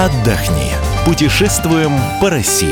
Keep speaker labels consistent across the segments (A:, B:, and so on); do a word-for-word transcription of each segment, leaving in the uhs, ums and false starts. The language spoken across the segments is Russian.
A: отдохни. Путешествуем по России.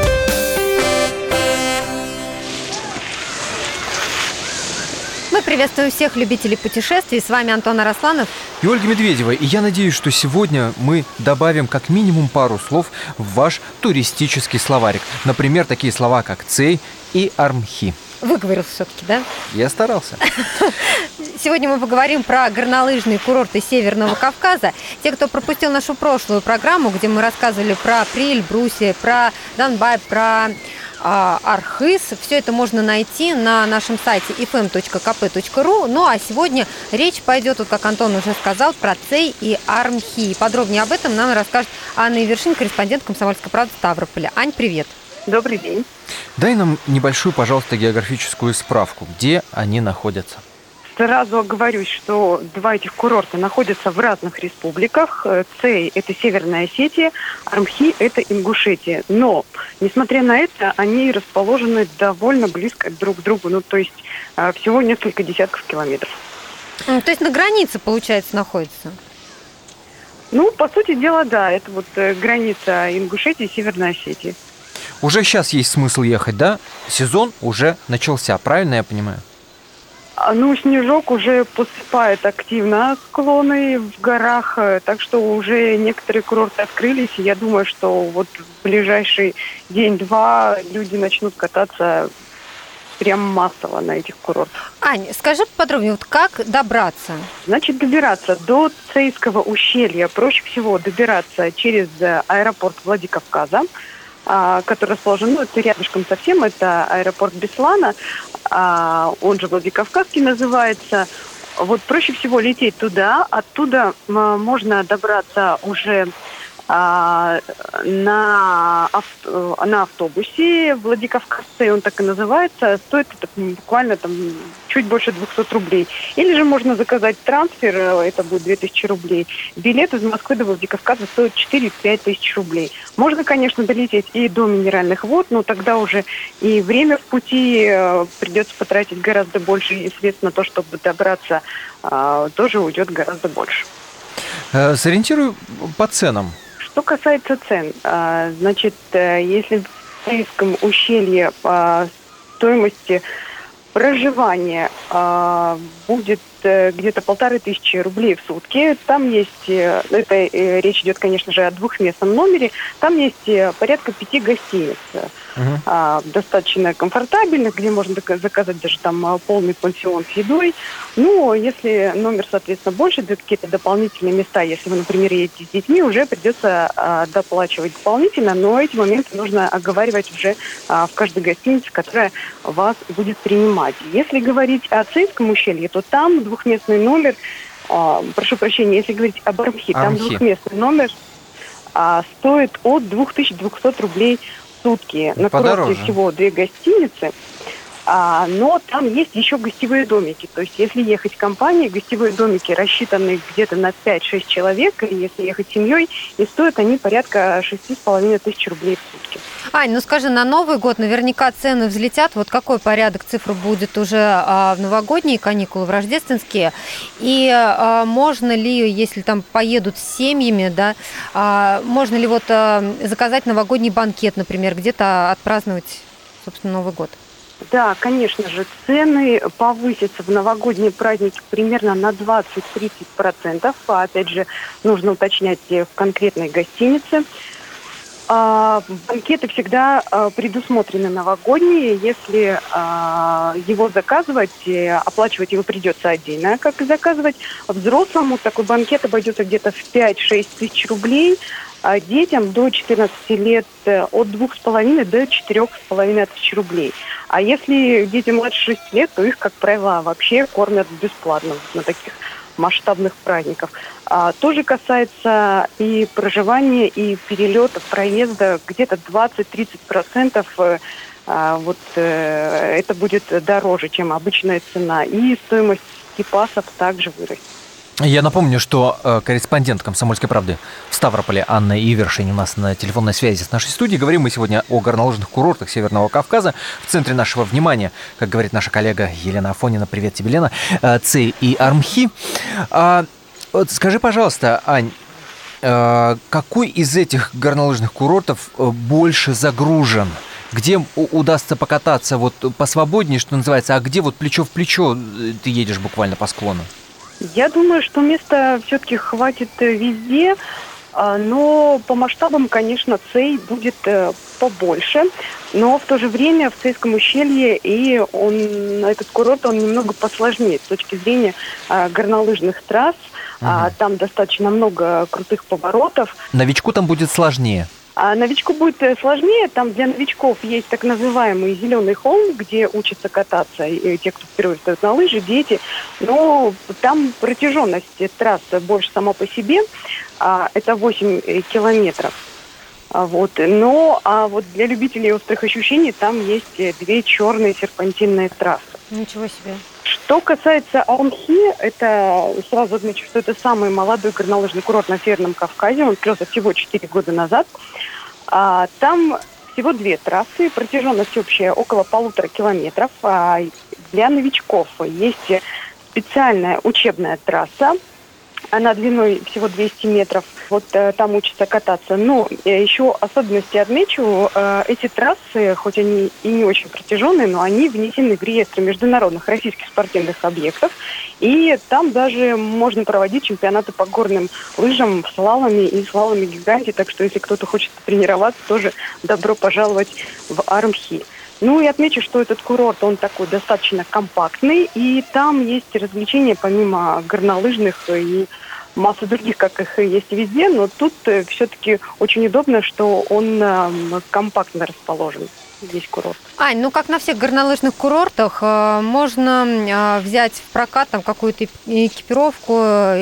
B: Мы приветствуем всех любителей путешествий. С вами Антон Арасланов
C: и Ольга Медведева. И я надеюсь, что сегодня мы добавим как минимум пару слов в ваш туристический словарик. Например, такие слова, как «цей» и «армхи».
B: Выговорил все-таки, да?
C: Я старался.
B: Сегодня мы поговорим про горнолыжные курорты Северного Кавказа. Те, кто пропустил нашу прошлую программу, где мы рассказывали про Апрель, Брусия, про Данбай, про а, Архыз, все это можно найти на нашем сайте эф эм точка ка пэ точка ру. Ну а сегодня речь пойдет, вот как Антон уже сказал, про Цей и Армхи. Подробнее об этом нам расскажет Анна Ивершин, корреспондент «Комсомольской правды» Ставрополя. Ань, привет.
D: Добрый день.
C: Дай нам небольшую, пожалуйста, географическую справку, где они находятся.
D: Сразу оговорюсь, что два этих курорта находятся в разных республиках. Цей – это Северная Осетия, Армхи – это Ингушетия. Но, несмотря на это, они расположены довольно близко друг к другу. Ну, то есть всего несколько десятков километров.
B: То есть на границе, получается, находится?
D: Ну, по сути дела, да. Это вот граница Ингушетии и Северной Осетии.
C: Уже сейчас есть смысл ехать, да? Сезон уже начался, правильно я понимаю?
D: Ну, снежок уже посыпает активно склоны в горах, так что уже некоторые курорты открылись. И я думаю, что вот в ближайший день-два люди начнут кататься прям массово на этих курортах.
B: Ань, скажи подробнее, вот как добраться?
D: Значит, добираться до Цейского ущелья проще всего добираться через аэропорт Владикавказа, который расположен, ну, это рядышком совсем, это аэропорт Беслана, он же Владикавказский называется. Вот проще всего лететь туда, оттуда можно добраться уже на, авто, на автобусе Владикавказцы, он так и называется, стоит это буквально там чуть больше двухсот рублей. Или же можно заказать трансфер, это будет две тысячи рублей. Билет из Москвы до Владикавказа стоит четыре-пять тысяч рублей. Можно, конечно, долететь и до Минеральных вод, но тогда уже и время в пути придется потратить гораздо больше, и средств на то, чтобы добраться, тоже уйдет гораздо больше.
C: Сориентирую по ценам.
D: Что касается цен, значит, если в Цейском ущелье по стоимости проживания будет где-то полторы тысячи рублей в сутки, там есть, это речь идет, конечно же, о двухместном номере, там есть порядка пяти гостиниц, uh-huh. достаточно комфортабельных, где можно заказать даже там полный пансион с едой. Ну, если номер, соответственно, больше, да, какие-то дополнительные места, если вы, например, едете с детьми, уже придется а, доплачивать дополнительно, но эти моменты нужно оговаривать уже а, в каждой гостинице, которая вас будет принимать. Если говорить о Цейском ущелье, то там двухместный номер, а, прошу прощения, если говорить об Армхи, там двухместный номер а, стоит от две тысячи двести рублей в сутки. На курорте всего две гостиницы. А, но там есть еще гостевые домики. То есть, если ехать компанией, гостевые домики рассчитаны где-то на пять-шесть человек, и если ехать семьей, и стоят они порядка шесть с половиной тысяч рублей в сутки.
B: Ань, ну скажи, на Новый год наверняка цены взлетят. Вот какой порядок цифр будет уже а, в новогодние каникулы, в рождественские? И а, можно ли, если там поедут с семьями, да, а, можно ли вот а, заказать новогодний банкет, например, где-то отпраздновать, собственно, Новый год?
D: Да, конечно же, цены повысятся в новогодние праздники примерно на двадцать-тридцать процентов. А, опять же, нужно уточнять в конкретной гостинице. А, банкеты всегда а, предусмотрены новогодние. Если а, его заказывать, оплачивать его придется отдельно, как и заказывать. Взрослому такой банкет обойдется где-то в пять-шесть тысяч рублей. А детям до четырнадцати лет от двух с половиной до четырех с половиной тысяч рублей. А если дети младше шести лет, то их, как правило, вообще кормят бесплатно на таких масштабных праздниках. А, тоже касается и проживания, и перелетов, проезда, где-то двадцать-тридцать процентов а, вот, э, это будет дороже, чем обычная цена. И стоимость скипасов также вырастет.
C: Я напомню, что э, корреспондент «Комсомольской правды» в Ставрополе Анна Ивершин у нас на телефонной связи с нашей студией. Говорим мы сегодня о горнолыжных курортах Северного Кавказа. В центре нашего внимания, как говорит наша коллега Елена Афонина, привет тебе, Лена, э, Цей и Армхи. А, вот скажи, пожалуйста, Ань, э, какой из этих горнолыжных курортов э, больше загружен? Где у- удастся покататься вот посвободнее, что называется, а где вот плечо в плечо э, ты едешь буквально по склону?
D: Я думаю, что места все-таки хватит э, везде, а, но по масштабам, конечно, Цей будет э, побольше, но в то же время в Цейском ущелье и он, этот курорт, он немного посложнее с точки зрения а, горнолыжных трасс. А,
C: Мгм.
D: там достаточно много крутых поворотов.
C: Новичку там будет сложнее.
D: А новичку будет э, сложнее. Там для новичков есть так называемый зеленый холм, где учатся кататься и те, кто впервые встают на лыжи, дети. Но там протяженность трассы больше сама по себе. А, это восемь э, километров. А, вот. Но а вот для любителей острых ощущений там есть э, две черные серпантинные трассы.
B: Ничего себе.
D: Что касается Алмхи, это сразу отмечу, что это самый молодой горнолыжный курорт на Северном Кавказе. Он открылся всего четыре года назад. А, там всего две трассы, протяженность общая около полутора километров. А, для новичков есть специальная учебная трасса. Она длиной всего двести метров. Вот э, там учатся кататься. Но э, еще особенности отмечу. Э, эти трассы, хоть они и не очень протяженные, но они внесены в реестр международных российских спортивных объектов. И там даже можно проводить чемпионаты по горным лыжам в слаломе и слаломе гиганте. Так что если кто-то хочет тренироваться, тоже добро пожаловать в Армхи. Ну и отмечу, что этот курорт, он такой достаточно компактный, и там есть развлечения помимо горнолыжных и массы других, как их и есть везде, но тут э, все-таки очень удобно, что он э, компактно расположен, весь курорт.
B: Ань, ну как на всех горнолыжных курортах, э, можно э, взять в прокат там какую-то эп- экипировку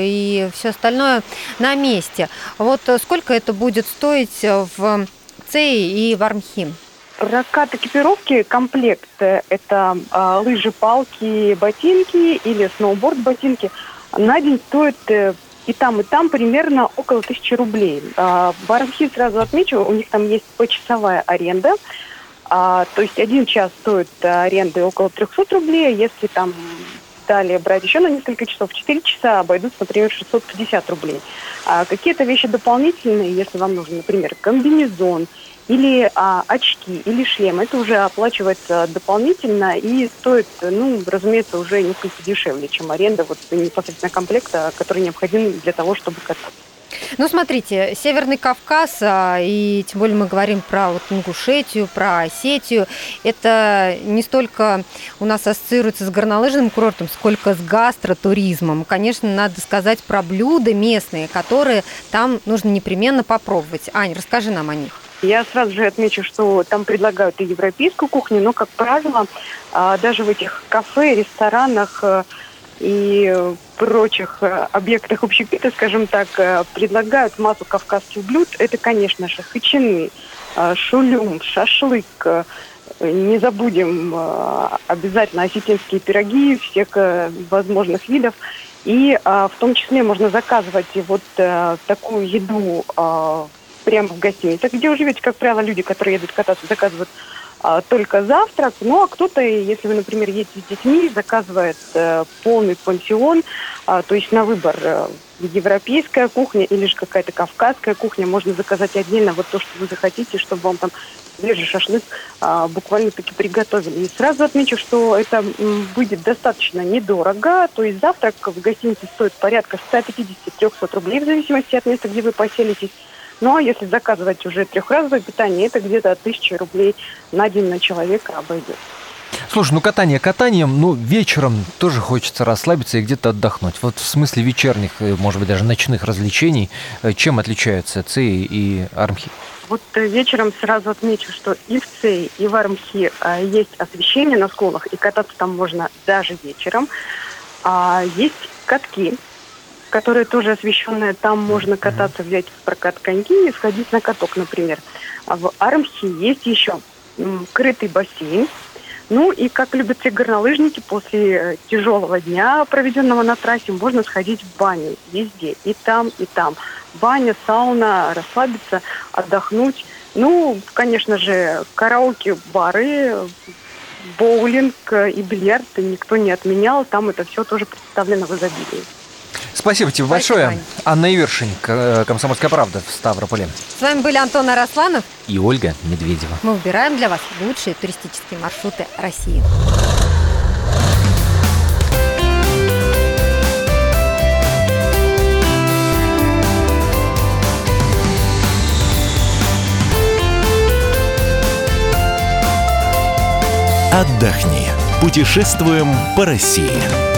B: и все остальное на месте. Вот э, сколько это будет стоить в Цее и в Армхи?
D: Прокат экипировки, комплект, э, это э, лыжи, палки, ботинки или сноуборд-ботинки, на день стоит э, и там, и там примерно около тысячи рублей. А, в Армхи, сразу отмечу, у них там есть почасовая аренда, а, то есть один час стоит а, аренды около триста рублей, если там далее брать еще на несколько часов, четыре часа обойдутся, например, шестьсот пятьдесят рублей. А, какие-то вещи дополнительные, если вам нужен, например, комбинезон, или а, очки, или шлем. Это уже оплачивается дополнительно и стоит, ну, разумеется, уже несколько дешевле, чем аренда вот непосредственно комплекта, который необходим для того, чтобы кататься.
B: Ну, смотрите, Северный Кавказ, а, и тем более мы говорим про вот Ингушетию, про Осетию, это не столько у нас ассоциируется с горнолыжным курортом, сколько с гастротуризмом. Конечно, надо сказать про блюда местные, которые там нужно непременно попробовать. Ань, расскажи нам о них.
D: Я сразу же отмечу, что там предлагают и европейскую кухню, но, как правило, а, даже в этих кафе, ресторанах э, и прочих э, объектах общепита, скажем так, э, предлагают массу кавказских блюд. Это, конечно же, хачины, э, шулюм, шашлык. э, Не забудем э, обязательно осетинские пироги всех э, возможных видов. И э, в том числе можно заказывать и вот э, такую еду э, прямо в гостиницах, где вы живете, как правило, люди, которые едут кататься, заказывают а, только завтрак. Ну, а кто-то, если вы, например, едете с детьми, заказывает а, полный пансион, а, то есть на выбор а, европейская кухня или же какая-то кавказская кухня. Можно заказать отдельно вот то, что вы захотите, чтобы вам там свежий шашлык а, буквально-таки приготовили. И сразу отмечу, что это м, будет достаточно недорого. То есть завтрак в гостинице стоит порядка сто пятьдесят - триста рублей в зависимости от места, где вы поселитесь. Ну, а если заказывать уже трехразовое питание, это где-то тысяча рублей на день на человека обойдется.
C: Слушай, ну катание катанием, ну вечером тоже хочется расслабиться и где-то отдохнуть. Вот в смысле вечерних, может быть, даже ночных развлечений, чем отличаются Цей и Армхи?
D: Вот вечером сразу отмечу, что и в Цее, и в Армхи а, есть освещение на склонах, и кататься там можно даже вечером. А, есть катки, которые тоже освещенные. Там можно кататься, взять в прокат коньки и сходить на каток, например. А в Армхи есть еще м, крытый бассейн. Ну и, как любят все горнолыжники, после тяжелого дня, проведенного на трассе, можно сходить в баню везде. И там, и там. Баня, сауна, расслабиться, отдохнуть. Ну, конечно же, караоке, бары, боулинг и бильярд никто не отменял. Там это все тоже представлено в изобилии.
C: Спасибо тебе
B: Спасибо,
C: большое.
B: Ань.
C: Анна Ивершин, К- «Комсомольская правда» в Ставрополе.
B: С вами были Антон Арасланов.
C: И Ольга Медведева.
B: Мы выбираем для вас лучшие туристические маршруты России.
A: Отдохни. Путешествуем по России.